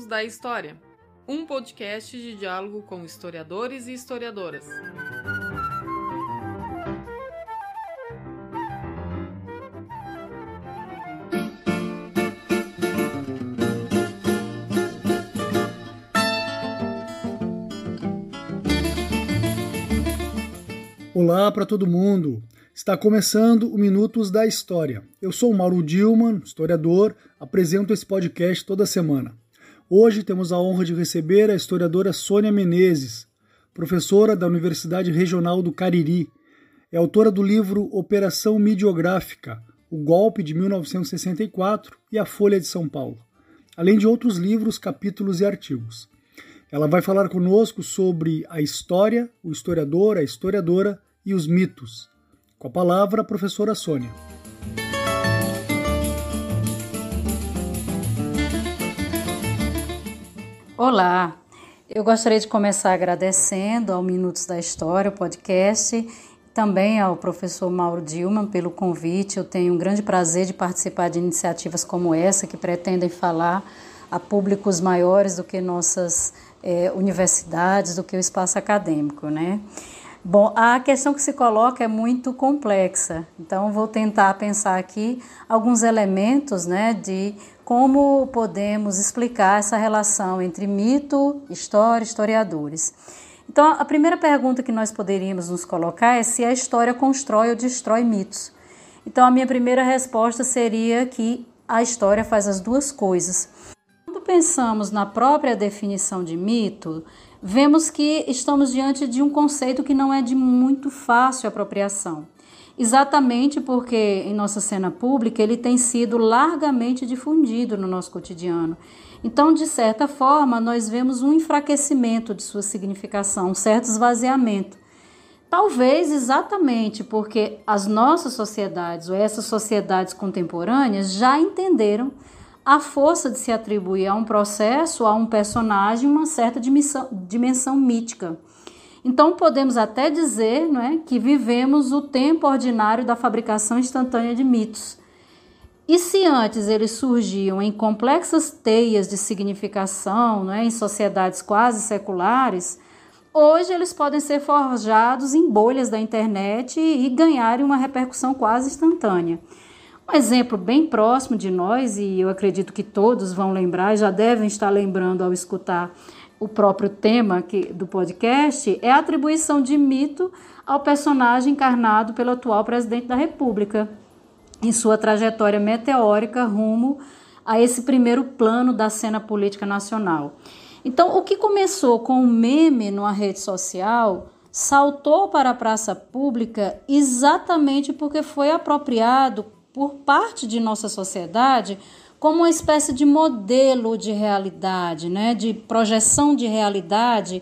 da História, um podcast de diálogo com historiadores e historiadoras. Olá para todo mundo! Está começando o Minutos da História. Eu sou o Mauro Dillmann, historiador, apresento esse podcast toda semana. Hoje temos a honra de receber a historiadora Sônia Menezes, professora da Universidade Regional do Cariri. É autora do livro Operação Midiográfica, O Golpe de 1964 e a Folha de São Paulo, além de outros livros, capítulos e artigos. Ela vai falar conosco sobre a história, o historiador, a historiadora e os mitos. Com a palavra, a professora Sônia. Olá, eu gostaria de começar agradecendo ao Minutos da História, o podcast, também ao professor Mauro Dillmann pelo convite. Eu tenho um grande prazer de participar de iniciativas como essa, que pretendem falar a públicos maiores do que nossas universidades, do que o espaço acadêmico, né? Bom, a questão que se coloca é muito complexa, então vou tentar pensar aqui alguns elementos, né, de como podemos explicar essa relação entre mito, história e historiadores. Então, a primeira pergunta que nós poderíamos nos colocar é se a história constrói ou destrói mitos. Então, a minha primeira resposta seria que a história faz as duas coisas. Quando pensamos na própria definição de mito, vemos que estamos diante de um conceito que não é de muito fácil apropriação. Exatamente porque em nossa cena pública ele tem sido largamente difundido no nosso cotidiano. Então, de certa forma, nós vemos um enfraquecimento de sua significação, um certo esvaziamento. Talvez exatamente porque as nossas sociedades, ou essas sociedades contemporâneas, já entenderam a força de se atribuir a um processo, a um personagem, uma certa dimensão mítica. Então, podemos até dizer, não é, que vivemos o tempo ordinário da fabricação instantânea de mitos. E se antes eles surgiam em complexas teias de significação, não é, em sociedades quase seculares, hoje eles podem ser forjados em bolhas da internet e ganharem uma repercussão quase instantânea. Um exemplo bem próximo de nós, e eu acredito que todos vão lembrar, já devem estar lembrando ao escutar o próprio tema do podcast, é a atribuição de mito ao personagem encarnado pelo atual presidente da República, em sua trajetória meteórica rumo a esse primeiro plano da cena política nacional. Então, o que começou com um meme numa rede social saltou para a praça pública exatamente porque foi apropriado por parte de nossa sociedade como uma espécie de modelo de realidade, né, de projeção de realidade,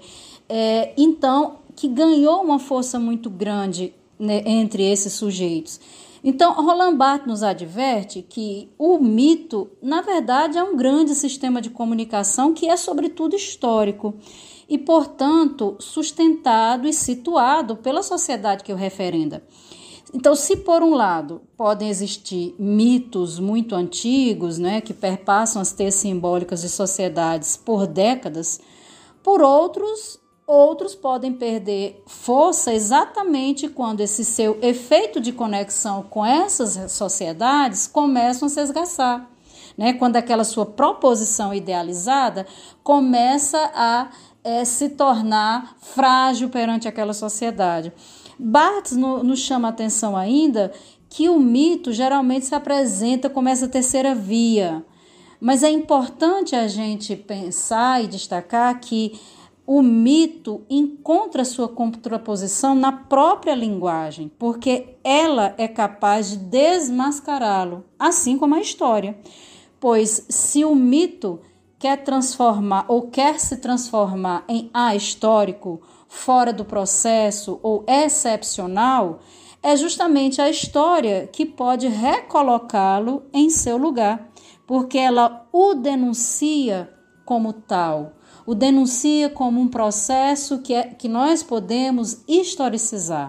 então, que ganhou uma força muito grande, né, entre esses sujeitos. Então, Roland Barthes nos adverte que o mito, na verdade, é um grande sistema de comunicação que é, sobretudo, histórico e, portanto, sustentado e situado pela sociedade que o referenda. Então, se por um lado podem existir mitos muito antigos, né, que perpassam as teias simbólicas de sociedades por décadas, por outros podem perder força exatamente quando esse seu efeito de conexão com essas sociedades começam a se esgarçar, né, quando aquela sua proposição idealizada começa a se tornar frágil perante aquela sociedade. Barthes nos chama a atenção ainda que o mito geralmente se apresenta como essa terceira via, mas é importante a gente pensar e destacar que o mito encontra sua contraposição na própria linguagem, porque ela é capaz de desmascará-lo, assim como a história. Pois se o mito quer transformar ou quer se transformar em ahistórico, fora do processo ou excepcional, é justamente a história que pode recolocá-lo em seu lugar, porque ela o denuncia como tal, o denuncia como um processo que nós podemos historicizar.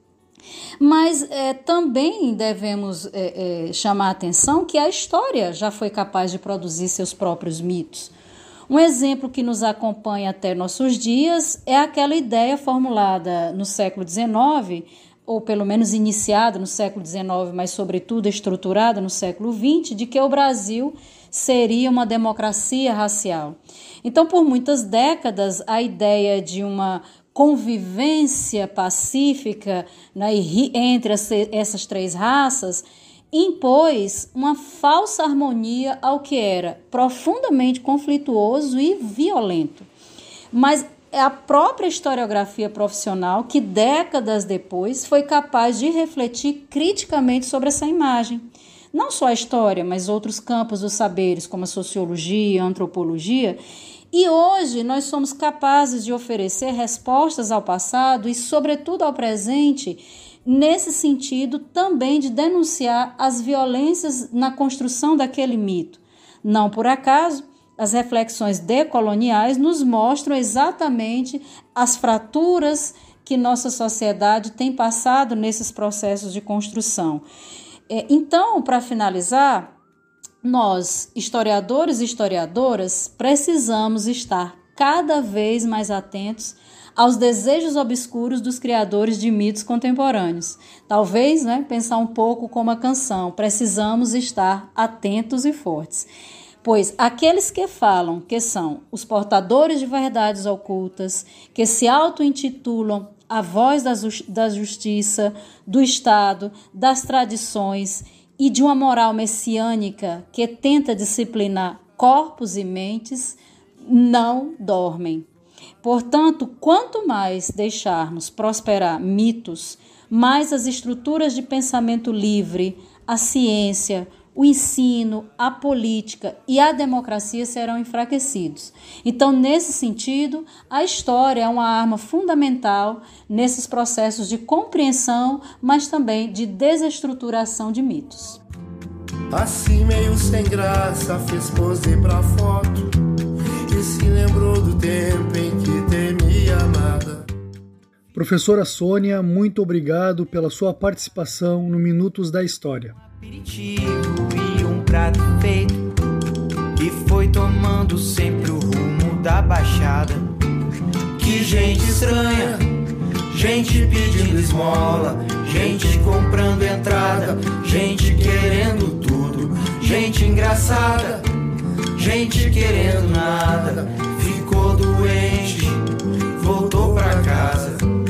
Mas também devemos chamar a atenção que a história já foi capaz de produzir seus próprios mitos. Um exemplo que nos acompanha até nossos dias é aquela ideia formulada no século XIX, ou pelo menos iniciada no século XIX, mas sobretudo estruturada no século XX, de que o Brasil seria uma democracia racial. Então, por muitas décadas, a ideia de uma convivência pacífica, né, entre essas três raças impôs uma falsa harmonia ao que era profundamente conflituoso e violento. Mas é a própria historiografia profissional que, décadas depois, foi capaz de refletir criticamente sobre essa imagem. Não só a história, mas outros campos dos saberes, como a sociologia, a antropologia. E hoje nós somos capazes de oferecer respostas ao passado e, sobretudo, ao presente, nesse sentido também de denunciar as violências na construção daquele mito. Não por acaso, as reflexões decoloniais nos mostram exatamente as fraturas que nossa sociedade tem passado nesses processos de construção. Então, para finalizar, nós, historiadores e historiadoras, precisamos estar cada vez mais atentos aos desejos obscuros dos criadores de mitos contemporâneos. Talvez, pensar um pouco como a canção, precisamos estar atentos e fortes. Pois aqueles que falam que são os portadores de verdades ocultas, que se auto-intitulam a voz da justiça, do Estado, das tradições e de uma moral messiânica que tenta disciplinar corpos e mentes, não dormem. Portanto, quanto mais deixarmos prosperar mitos, mais as estruturas de pensamento livre, a ciência, o ensino, a política e a democracia serão enfraquecidos. Então, nesse sentido, a história é uma arma fundamental nesses processos de compreensão, mas também de desestruturação de mitos. Assim meio sem graça, fez pose pra foto e se lembrou do tempo em que temia amada. Professora Sônia, muito obrigado pela sua participação no Minutos da História. Aperitivo e um prato feito, e foi tomando sempre o rumo da Baixada. Que gente estranha, gente pedindo esmola, gente comprando entrada, gente querendo tudo, gente engraçada, gente querendo nada. Ficou doente, voltou pra casa.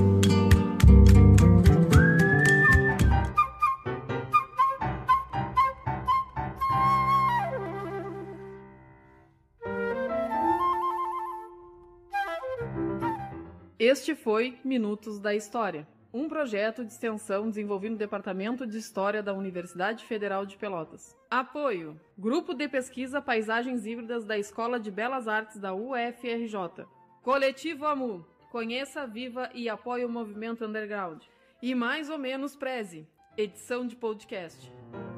Este foi Minutos da História, um projeto de extensão desenvolvido no Departamento de História da Universidade Federal de Pelotas. Apoio: Grupo de Pesquisa Paisagens Híbridas da Escola de Belas Artes da UFRJ. Coletivo AMU. Conheça, viva e apoie o movimento underground. E Mais ou Menos Preze, edição de podcast.